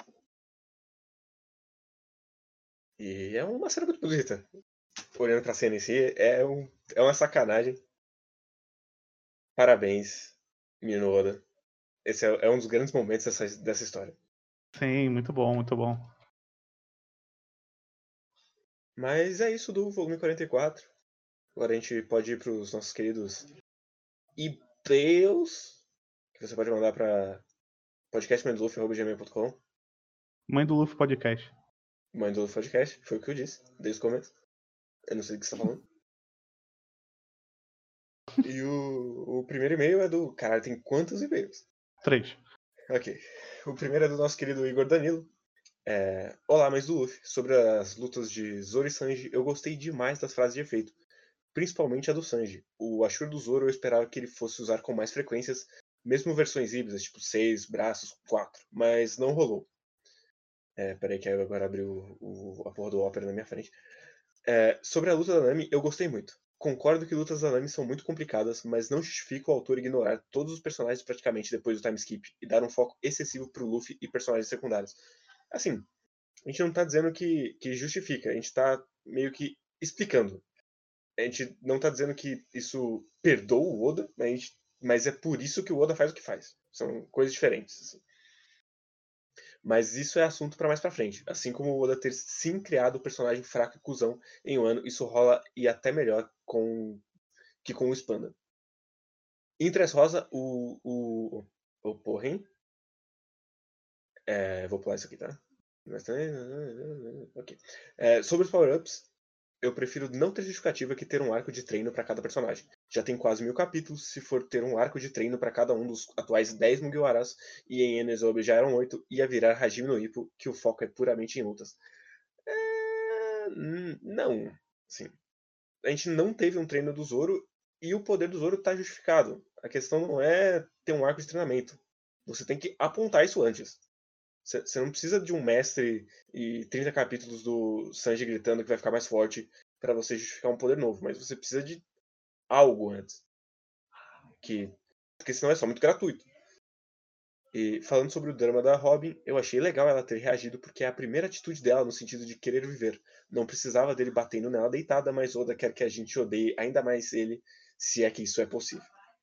E é uma cena muito bonita. Olhando pra cena em si, é, um, é uma sacanagem. Parabéns, menino Oda. Esse é, é um dos grandes momentos dessa, dessa história. Sim, muito bom, muito bom. Mas é isso do volume quarenta e quatro. Agora a gente pode ir pros nossos queridos e-mails, que você pode mandar pra podcast mendoluf arroba gmail ponto com. Mãe do Luffy Podcast. Mãe do podcast, foi o que eu disse, desde o começo. Eu não sei do que você tá falando. E o, o primeiro e-mail é do. Caralho, tem quantos e-mails? Três. Ok. O primeiro é do nosso querido Igor Danilo. É, Olá, mães do Luffy. Sobre as lutas de Zoro e Sanji, eu gostei demais das frases de efeito. Principalmente a do Sanji. O Ashura do Zoro eu esperava que ele fosse usar com mais frequências, mesmo versões híbridas, tipo seis braços, quatro. Mas não rolou. É, peraí que eu agora abriu o, a porra do Opera na minha frente. É, sobre a luta da Nami, eu gostei muito. Concordo que lutas da Nami são muito complicadas, mas não justifica o autor ignorar todos os personagens praticamente depois do time skip e dar um foco excessivo pro Luffy e personagens secundários. Assim, a gente não tá dizendo que, que justifica, a gente tá meio que explicando. A gente não tá dizendo que isso perdoa o Oda, mas, a gente, mas é por isso que o Oda faz o que faz. São coisas diferentes. Assim. Mas isso é assunto pra mais pra frente. Assim como o Oda ter sim criado o personagem fraco e cuzão em um ano, isso rola e até melhor com que com o Spanda. Em Dressrosa, o. o. o porra, hein? É, vou pular isso aqui, tá? Mas também- Ok. É, sobre os power-ups, eu prefiro não ter justificativa que ter um arco de treino para cada personagem. Já tem quase mil capítulos, se for ter um arco de treino para cada um dos atuais dez Mugiwaras, e em Enies Lobby já eram oito, ia virar Hajime no Ippo, que o foco é puramente em lutas. É... Não. Sim. A gente não teve um treino do Zoro, e o poder do Zoro está justificado. A questão não é ter um arco de treinamento. Você tem que apontar isso antes. Você não precisa de um mestre e trinta capítulos do Sanji gritando que vai ficar mais forte para você justificar um poder novo, mas você precisa de algo antes. Que... Porque senão é só muito gratuito. E falando sobre o drama da Robin, eu achei legal ela ter reagido porque é a primeira atitude dela no sentido de querer viver. Não precisava dele batendo nela deitada, mas Oda quer que a gente odeie ainda mais ele, se é que isso é possível.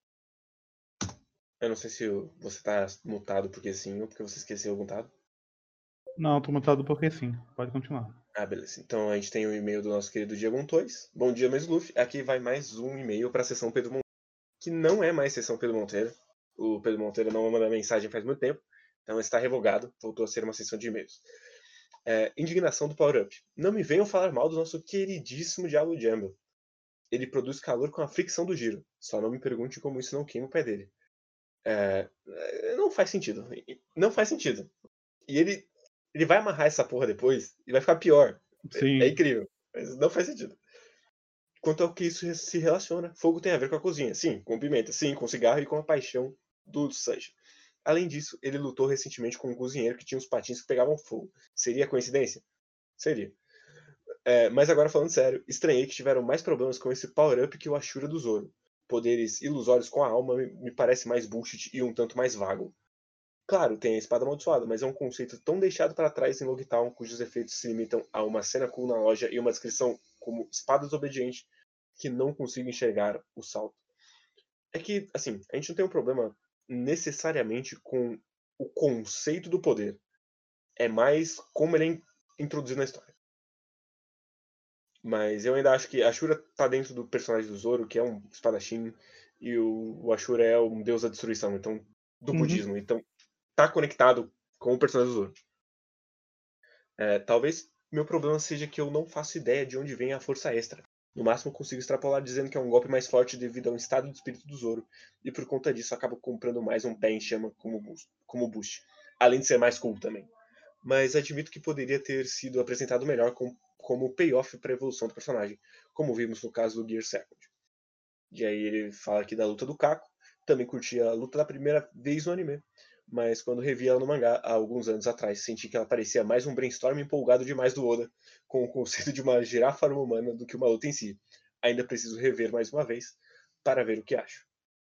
Eu não sei se você tá mutado porque sim ou porque você esqueceu o mutado. Não, tô mutado porque sim. Pode continuar. Ah, beleza. Então a gente tem o um e-mail do nosso querido Diego Montois. Bom dia, mais Luffy. Aqui vai mais um e-mail para a sessão Pedro Monteiro, que não é mais sessão Pedro Monteiro. O Pedro Monteiro não manda mensagem faz muito tempo, então está revogado. Voltou a ser uma sessão de e-mails. É, indignação do Power Up. Não me venham falar mal do nosso queridíssimo Diablo Jumbo. Ele produz calor com a fricção do giro. Só não me pergunte como isso não queima o pé dele. É, não faz sentido. Não faz sentido. E ele, ele vai amarrar essa porra depois e vai ficar pior. Sim. É, é incrível. Mas não faz sentido. Quanto ao que isso se relaciona, fogo tem a ver com a cozinha. Sim, com pimenta. Sim, com cigarro e com a paixão do Sanji. Além disso, ele lutou recentemente com um cozinheiro que tinha uns patins que pegavam fogo. Seria coincidência? Seria. É, mas agora falando sério, estranhei que tiveram mais problemas com esse power-up que o Ashura do Zoro. Poderes ilusórios com a alma me parece mais bullshit e um tanto mais vago. Claro, tem a espada amaldiçoada, mas é um conceito tão deixado para trás em Logtown, cujos efeitos se limitam a uma cena cool na loja e uma descrição como espada desobediente, que não consigo enxergar o salto. É que, assim, a gente não tem um problema necessariamente com o conceito do poder. É mais como ele é introduzido na história. Mas eu ainda acho que a Ashura tá dentro do personagem do Zoro, que é um espadachim, e o, o Ashura é um deus da destruição, então do Uhum. budismo. Então tá conectado com o personagem do Zoro. É, talvez meu problema seja que eu não faço ideia de onde vem a força extra. No máximo consigo extrapolar dizendo que é um golpe mais forte devido ao estado de espírito do Zoro, e por conta disso acabo comprando mais um pé em chama como, como boost. Além de ser mais cool também. Mas admito que poderia ter sido apresentado melhor com, como payoff para a evolução do personagem, como vimos no caso do Gear Second. E aí ele fala aqui da luta do Kako, também curti a luta da primeira vez no anime, mas quando revi ela no mangá há alguns anos atrás, senti que ela parecia mais um brainstorm empolgado demais do Oda, com o conceito de uma girafa humana do que uma luta em si. Ainda preciso rever mais uma vez para ver o que acho.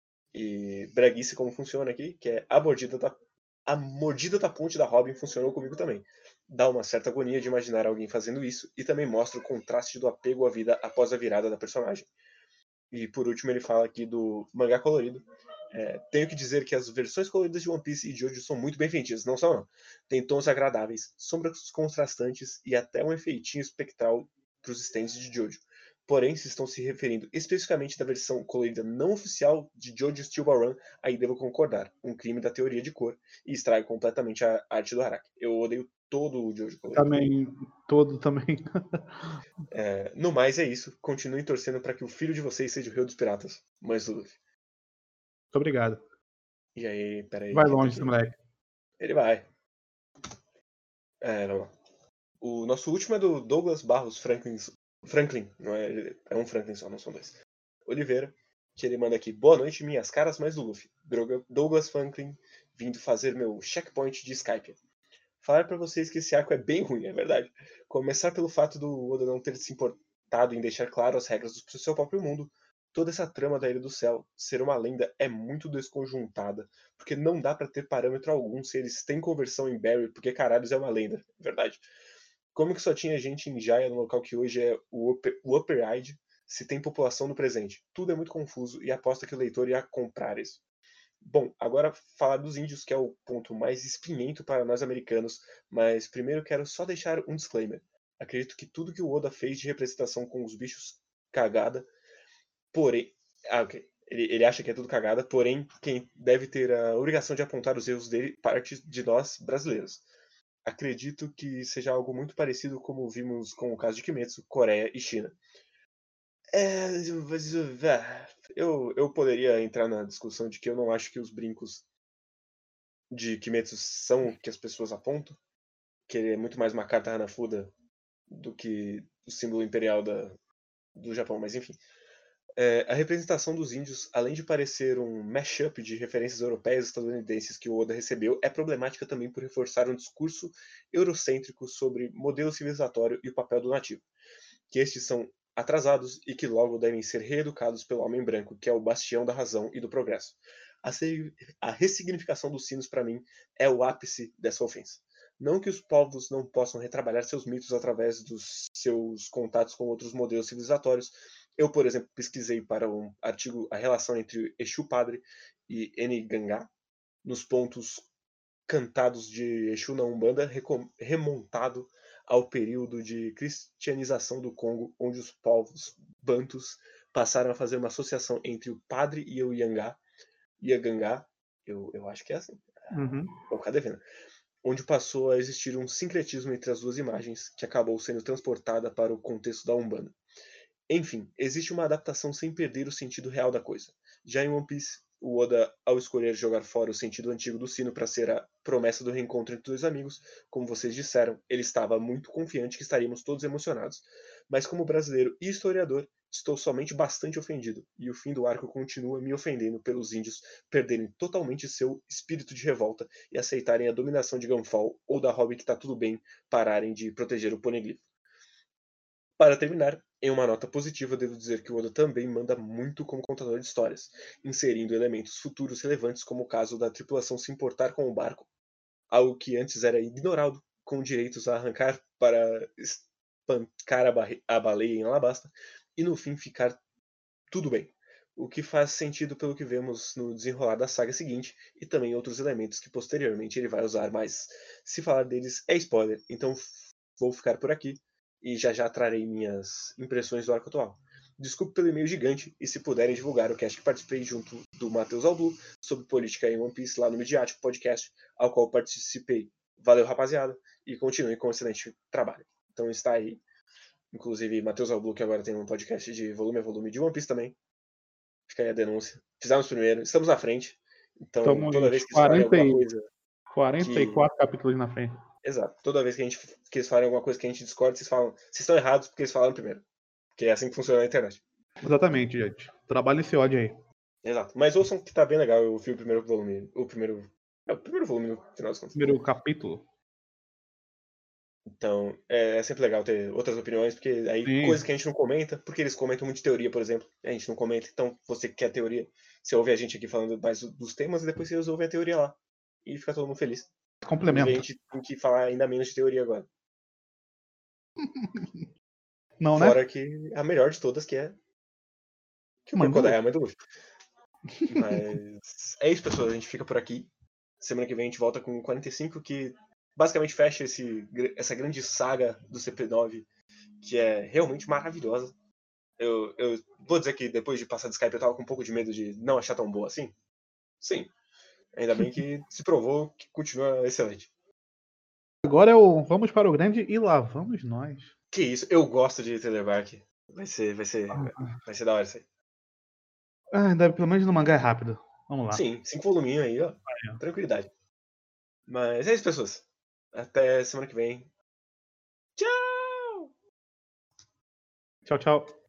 E breguice como funciona aqui, que é a mordida da a mordida da ponte da Robin funcionou comigo também. Dá uma certa agonia de imaginar alguém fazendo isso e também mostra o contraste do apego à vida após a virada da personagem. E por último ele fala aqui do mangá colorido. É, tenho que dizer que as versões coloridas de One Piece e de Jojo são muito bem feitas, não são não. Tem tons agradáveis, sombras contrastantes e até um efeitinho espectral para os stands de Jojo. Porém, se estão se referindo especificamente da versão colorida não oficial de Jojo Steel Ball Run, aí devo concordar. Um crime da teoria de cor e estraga completamente a arte do Araki. Eu odeio todo o Jojo colorido. Também, todo também. É, no mais é isso. Continuem torcendo para que o filho de vocês seja o rei dos piratas. Mas do Luffy. Muito obrigado. E aí, peraí. Vai que longe, tem esse que... moleque. Ele vai. É, vamos lá. O nosso último é do Douglas Barros Franklin. Franklin, não é, é um Franklin só, não são dois. Oliveira, que ele manda aqui. Boa noite, minhas caras, mais do Luffy. Douglas Franklin, vindo fazer meu checkpoint de Skype. Falar pra vocês que esse arco é bem ruim, é verdade. Começar pelo fato do Oda não ter se importado em deixar claro as regras do seu próprio mundo. Toda essa trama da Ilha do Céu ser uma lenda é muito desconjuntada, porque não dá pra ter parâmetro algum se eles têm conversão em Barry, porque caralhos é uma lenda, é verdade. Como que só tinha gente em Jaya no local que hoje é o Upper, o Upper Ide, se tem população no presente? Tudo é muito confuso e aposta que o leitor ia comprar isso. Bom, agora falar dos índios, que é o ponto mais espinhento para nós americanos, mas primeiro quero só deixar um disclaimer. Acredito que tudo que o Oda fez de representação com os bichos cagada, porém... Ah, ok. Ele, ele acha que é tudo cagada, porém quem deve ter a obrigação de apontar os erros dele parte de nós brasileiros. acredito que seja algo muito parecido como vimos com o caso de Kimetsu, Coreia e China. É, eu, eu poderia entrar na discussão de que eu não acho que os brincos de Kimetsu são o que as pessoas apontam, que ele é muito mais uma carta Hanafuda do que o símbolo imperial da, do Japão, mas enfim. É, a representação dos índios, além de parecer um mashup de referências europeias e estadunidenses que o Oda recebeu, é problemática também por reforçar um discurso eurocêntrico sobre modelo civilizatório e o papel do nativo, que estes são atrasados e que logo devem ser reeducados pelo homem branco, que é o bastião da razão e do progresso. A, a ressignificação dos sinos, para mim, é o ápice dessa ofensa. Não que os povos não possam retrabalhar seus mitos através dos seus contatos com outros modelos civilizatórios. Eu, por exemplo, pesquisei para um artigo a relação entre Exu Padre e Nganga nos pontos cantados de Exu na Umbanda, remontado ao período de cristianização do Congo, onde os povos bantus passaram a fazer uma associação entre o padre e o Yangá, Yagangá, eu, eu acho que é assim, Uhum. ou Cadevena, onde passou a existir um sincretismo entre as duas imagens, que acabou sendo transportada para o contexto da Umbanda. Enfim, existe uma adaptação sem perder o sentido real da coisa. Já em One Piece, o Oda, ao escolher jogar fora o sentido antigo do sino para ser a promessa do reencontro entre dois amigos, como vocês disseram, ele estava muito confiante que estaríamos todos emocionados. Mas como brasileiro e historiador, estou somente bastante ofendido, e o fim do arco continua me ofendendo pelos índios perderem totalmente seu espírito de revolta e aceitarem a dominação de Gunfall ou da Robin que tá tudo bem pararem de proteger o Poneglyph. Para terminar, em uma nota positiva, devo dizer que o Oda também manda muito como contador de histórias, inserindo elementos futuros relevantes como o caso da tripulação se importar com o barco, algo que antes era ignorado, com direitos a arrancar para espancar a, a baleia em Alabasta, e no fim ficar tudo bem. O que faz sentido pelo que vemos no desenrolar da saga seguinte, e também outros elementos que posteriormente ele vai usar, mas se falar deles é spoiler, então vou ficar por aqui. E já já trarei minhas impressões do arco atual. Desculpe pelo e-mail gigante, e se puderem divulgar o cast que participei junto do Matheus Albu sobre política em One Piece lá no Midiático Podcast, ao qual participei. Valeu, rapaziada, e continue com um excelente trabalho. Então está aí, inclusive Matheus Albu, que agora tem um podcast de volume a volume de One Piece também. Fica aí a denúncia. Fizemos primeiro, estamos na frente. Então, Estamos toda vez que eles falarem alguma coisa... quarenta e quatro que... capítulos na frente. Exato. Toda vez que, a gente, que eles falarem alguma coisa que a gente discorda, vocês falam, vocês estão errados porque eles falaram primeiro. Porque é assim que funciona a internet. Exatamente, gente. Trabalha esse ódio aí. Exato. Mas ouçam que tá bem legal. Eu vi o primeiro volume. O primeiro. É o primeiro volume, no final das contas. Primeiro capítulo. Então, é, é sempre legal ter outras opiniões, porque aí Sim. coisas que a gente não comenta, porque eles comentam muito de teoria, por exemplo, a gente não comenta. Então, você que quer teoria, você ouve a gente aqui falando mais dos temas e depois vocês ouvem a teoria lá. E fica todo mundo feliz. Complemento. E a gente tem que falar ainda menos de teoria agora. Não, Fora né? que a melhor de todas, que é que o Mãe do Crocodile é a mãe do Luffy. Mas é isso, pessoal. A gente fica por aqui. Semana que vem a gente volta com quarenta e cinco, que basicamente fecha esse, essa grande saga do C P nove, que é realmente maravilhosa. Eu, eu vou dizer que depois de passar de Skype eu tava com um pouco de medo de não achar tão boa assim. Sim. Ainda bem que se provou que continua excelente. Agora é o vamos para o grande e lá vamos nós. Que isso, eu gosto de Telebark. Vai ser, vai ser, vai ser da hora isso aí. Ah, deve, pelo menos no mangá é rápido. Vamos lá. Sim, cinco voluminhos aí, ó. Tranquilidade. Mas é isso, pessoas. Até semana que vem. Tchau! Tchau, tchau.